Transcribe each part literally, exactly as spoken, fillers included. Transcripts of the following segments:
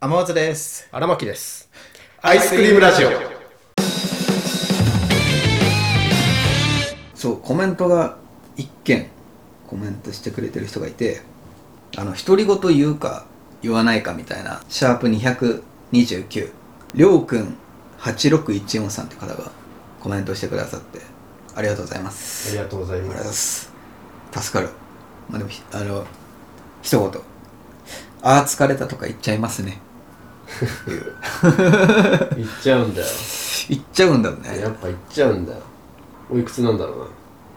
天松です。 荒牧です。 アイスクリームラジオ。そう、コメントが一件コメントしてくれてる人がいて、あの独り言言うか言わないかみたいなシャープにひゃくにじゅうきゅうりょうくんはちろくいちよんさんって方がコメントしてくださってありがとうございます。 ありがとうございます。 助かる。まあでもあの一言、あー疲れたとか言っちゃいますね。 言っちゃうんだよ。 言っちゃうんだね。 やっぱ言っちゃうんだよ。おいくつなんだろうな。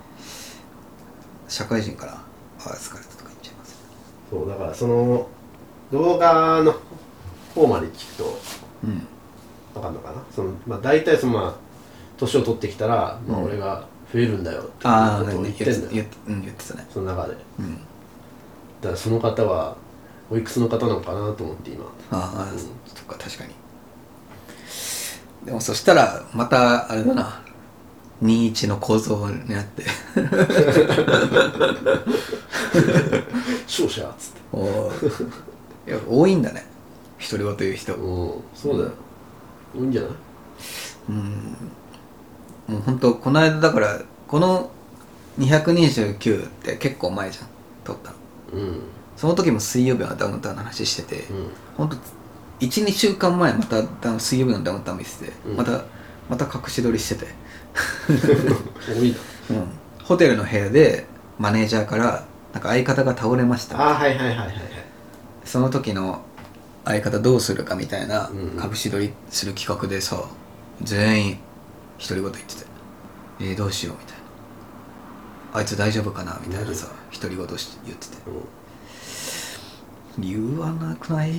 社会人からあー疲れたとか言っちゃいます、ね、 そうだからその動画の方まで聞くとうん分かんのかな。そのまあ大体そのまあ年を取ってきたら、うん、まあ俺が増えるんだよっていうことを言ってんだよ。 言って、うん、言ってたね。 その中で、 うん、 だからその方はおいくつの方なのかなと思って今。 ああ、うん、そっか確かに。でもそしたらまたあれだな、にじゅういちの構造になって勝者っつっておいや多いんだね、独り言言う人。 おそうだよ、多いんじゃない。 うん、もうほんとこの間だから、このにひゃくにじゅうきゅうって結構前じゃん撮ったの。うん、その時も水曜日のダウンタウンの話してて、うん、ほんといちにしゅうかんまえまた水曜日のダウンタウン見せて、うん、またまた隠し撮りしてて多いな、 うん、ホテルの部屋でマネージャーからなんか相方が倒れました、 あ、はいはいはいはいはい、 その時の相方どうするかみたいな隠し撮りする企画でさ、全員独り言言ってて、えー、どうしようみたいな、あいつ大丈夫かなみたいなさ独り言言ってて、うん、言わなくない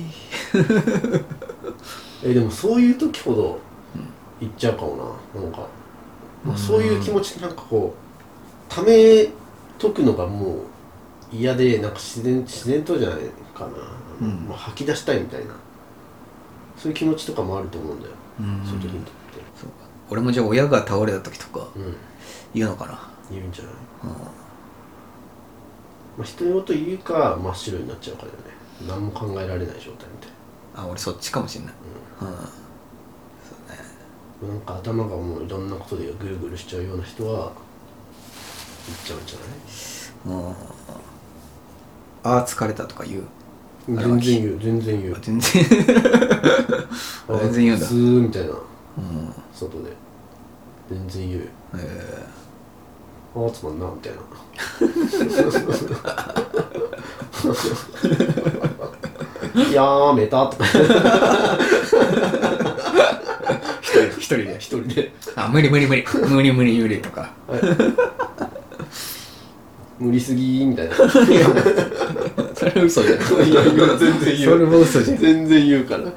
えでもそういう時ほど言っちゃうかもな。なんか、まあ、そういう気持ちなんかこうためとくのがもう嫌で、なんか自然自然とじゃないかな、うん、まあ、吐き出したいみたいな、そういう気持ちとかもあると思うんだよ、うん、そういう時にとって。 そうか、俺もじゃあ親が倒れた時とか、うん、言うのかな。 言うんじゃない、うん、まあ人のこと言うか真っ白になっちゃうからね、何も考えられない状態みたいな。あ、俺そっちかもしれない、うんうん、そうね。なんか頭がもういろんなことでぐるぐるしちゃうような人は言っちゃうんじゃない。うん、 あー疲れたとか言う。 全然言う、全然言う、 全然全然言うんだ。 スーみたいな、うん、外で全然言う。えー、あーつまんなみたいなやーめたとか一人一人で一人であ、無理無理無理無理無理無理とか、はい、 無理すぎーみたいなそれ嘘じゃん。 いやいや全然言う、 それも嘘じゃん。 全然言うから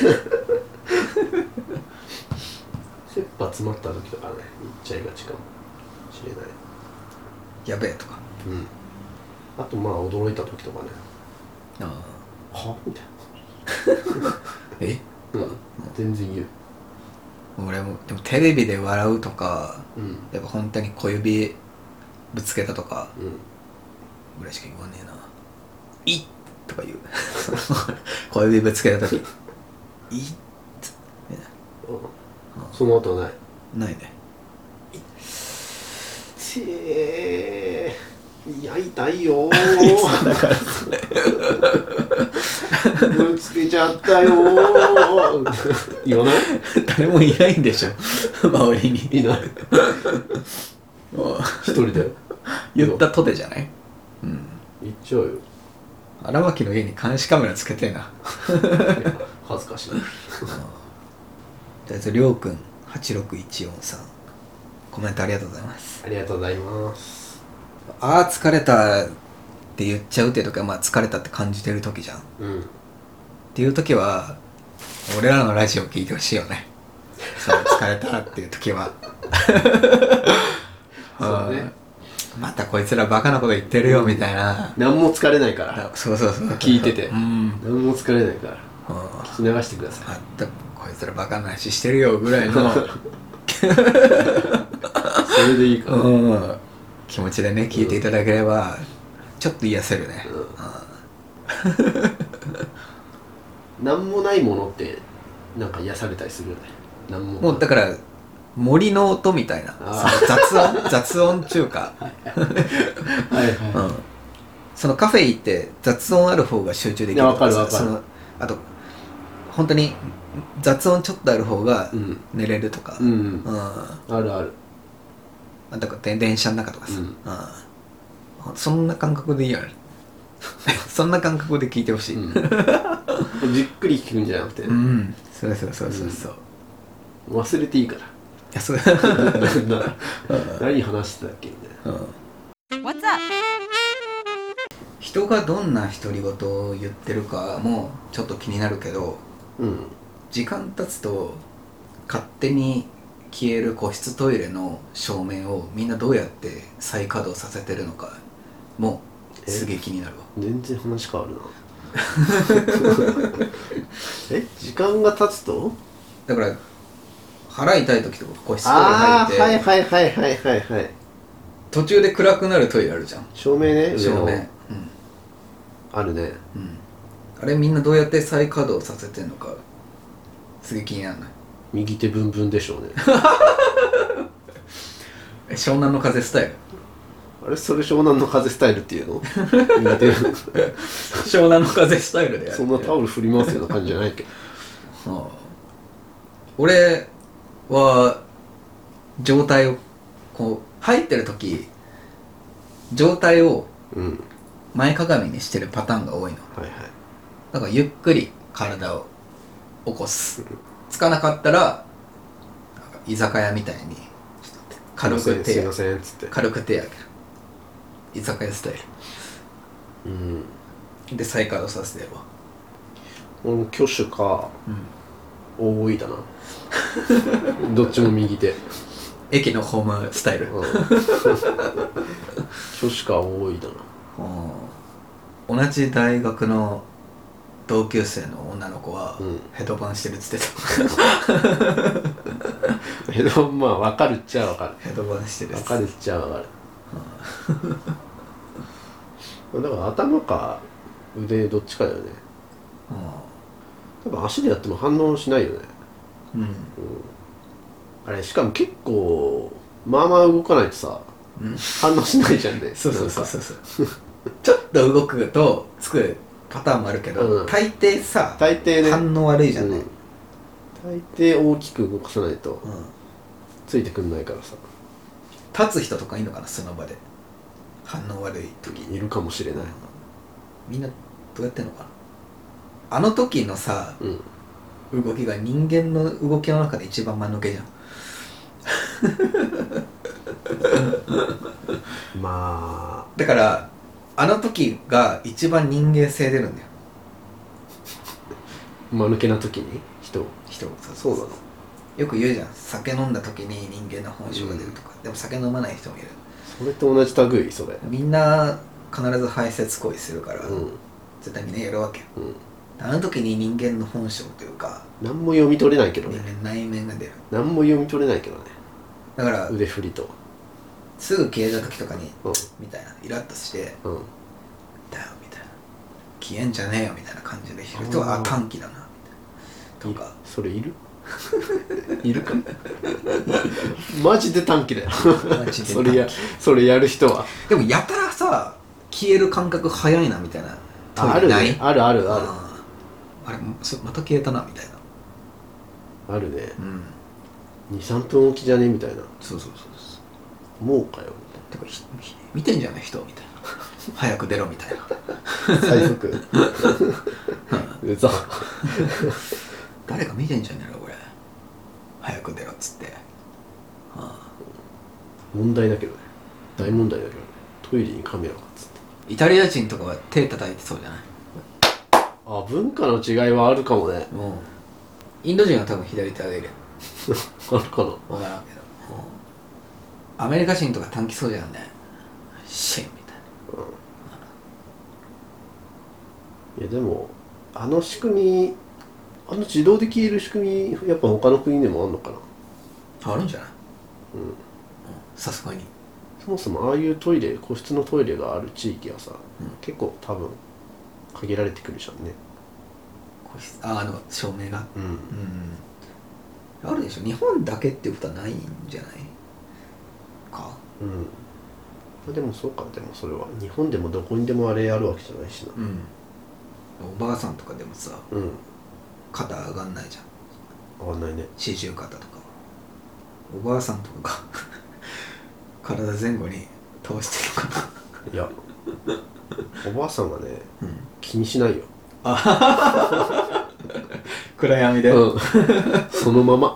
切羽詰まった時とかね言っちゃいがちかもしれない。 やべえとか、 うん、あとまあ驚いた時とかね、 ああはみたいなえ、 うん、全然言う。 俺もでもテレビで笑うとか、うん、やっぱ本当に小指ぶつけたとか、うん、ぐらいしか言わねえな。いっとか言う小指ぶつけた時いっみたいな、 うん、その後はないないね。 いっちーいや痛いよーだからぶつけちゃったよー言わない？ 誰もいないんでしょ周りに。 いない一人で言ったとてじゃない？うん、 言っちゃうよ。 荒牧の家に監視カメラつけてえな恥ずかしい。 とりあえずりょうくんはちろくいちよんさんコメントありがとうございます。 ありがとうございます。 あー疲れたって言っちゃうっていう時は、まあ疲れたって感じてる時じゃん、うん、っていう時は俺らのラジオ聞いてほしいよねそう疲れたっていう時はそうね、またこいつらバカなこと言ってるよみたいな、 うん、何も疲れないから。 そうそうそう聞いてて、うん、何も疲れないから、うん、聞き流してください。 あったこいつらバカな話してるよぐらいのそれでいいから、 うん、気持ちでね聞いていただければ、うん、ちょっと癒せるね、うんなんもないものってなんか癒されたりするよね。なんももうだから森の音みたいな雑音雑音中華はいはい、うん、そのカフェ行って雑音ある方が集中できるとか、そのあと本当に雑音ちょっとある方が寝れるとか、うんうんうん、 あるある。 だから電車の中とかさ、うんうん、そんな感覚でいいやそんな感覚で聞いてほしい、うん、 じっくり聞くんじゃなくて、 うん、そうそうそうそうそう、 うん、忘れていいから。いやそう何話してたっけみたいな、うん、What's up? 人がどんな独り言を言ってるかもちょっと気になるけど、うん、時間経つと勝手に消える個室トイレの照明をみんなどうやって再稼働させてるのかもすげえ気になるわ。 全然話変わるなえ時間が経つとだから腹痛い時とか個室トイレ入って、 はいはいはいはいはいはい、 途中で暗くなるトイレあるじゃん。 照明ね、 照明、うん、 あるね、 うん、あれみんなどうやって再稼働させてんのかすげえ気にならない？ 右手ブンブンでしょうね湘南の風スタイル。 あれそれ湘南の風スタイルっていうの湘南の風スタイルでやる。 そんなタオル振り回すような感じじゃないけど、はあ、 俺は状態をこう入ってる時状態を前かがみにしてるパターンが多いの、うん、はいはい、だからゆっくり体を起こす、うん、つかなかったら居酒屋みたいに軽く手すいませんっつって軽く手あげる居酒屋スタイル、うん、で再稼働させてれば。 俺も挙手か、うん、多いだなどっちも右手駅のホームスタイル、うん、 挙手か多いだな、 うん、同じ大学の同級生の女の子はヘドバンしてるっつってたヘドバン、まあ分かるっちゃ分かる。 ヘドバンしてる分かるっちゃ分かる、うん、だから頭か腕どっちかだよね、うん、多分足でやっても反応しないよね、うんうん、あれしかも結構まあまあ動かないとさ、うん、反応しないじゃんねそうそうそうそうそうちょっと動くとつくパターンもあるけど、うん、大抵さ大抵、ね、 反応悪いじゃんね、うん、 大抵大きく動かさないと、うん、ついてくんないからさ。 立つ人とかいいのかな、その場で反応悪い時いるかもしれない、うん、 みんなどうやってんのかな。あの時のさ、うん、動きが人間の動きの中で一番間抜けじゃんまあだからあの時が一番人間性出るんだよ間抜けな時に人人そうなの。 よく言うじゃん、酒飲んだ時に人間の本性が出るとか、うん、でも酒飲まない人もいる。 それと同じ類それ。 みんな必ず排泄行為するから、うん、絶対みんなやるわけよ、うん、あの時に人間の本性というか何も読み取れないけどね。 人間内面が出る。 何も読み取れないけどね。 だから腕振りとすぐ消えた時とかに、うん、みたいなイラッとして、うん、だよみたいな、消えんじゃねえよみたいな感じで言うと、あ短気だなみたいなとか。 それいるいるかマジで短期だよマジでそれやそれやる人は。 でもやたらさ消える感覚早いなみたいな。 あるね、あるあるある。 あれまた消えたなみたいな。あるね、うん、にさんぷんおきじゃねみたいな。 そうそうそうそう。 もうかよてか見てんじゃない人みたいな早く出ろみたいな最速うざ誰か見てんじゃねえのこれ、早く出ろっつって、はあ、問題だけどね、大問題だけどね、トイレにカメラがっつって。 イタリア人とかは手叩いてそうじゃない。 あ、文化の違いはあるかもね。 もうインド人は多分左手上げるあるかな、 分からんけど、アメリカ人とか短気そうじゃんね、シェンみたいな、 うん、いやでもあの仕組み、あの自動で消える仕組み、やっぱ他の国でもあるのかな。 あるんじゃない。うんさすがに。 そもそもああいうトイレ、個室のトイレがある地域はさ、うん、結構多分限られてくるじゃんね。 個ああの照明がうん、 うん、あるでしょ。日本だけっていうことはないんじゃないか。 うん、でもそうか。でもそれは日本でもどこにでもあれあるわけじゃないしな。 うん、おばあさんとかでもさ、 うん、 肩上がんないじゃん。 上がんないね。 四十肩とかおばあさんとかが体前後に倒してるのかな。 いやおばあさんはね、 うん、 気にしないよ。 暗闇で、 うん、そのまま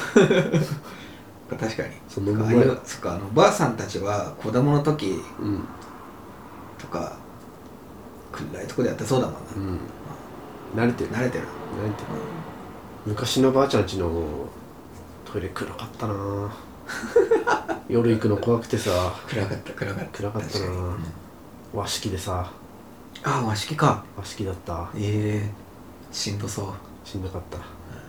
確かにそのままああいうそっか、あのおばあさんたちは子供の時うんとか暗いとこでやってそうだもんな、 うん、慣れてる慣れてる、 慣れてる、うん、昔のばあちゃん家のトイレ暗かったな夜行くの怖くてさ。 暗かった暗かった暗かったな、うん、和式でさ。 ああ和式か。 和式だった。 ええー、しんどそう。 しんどかった。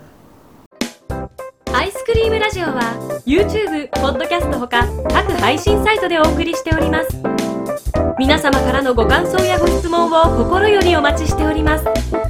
アイスクリームラジオは YouTube、ポッドキャストほか各配信サイトでお送りしております。皆様からのご感想やご質問を心よりお待ちしております。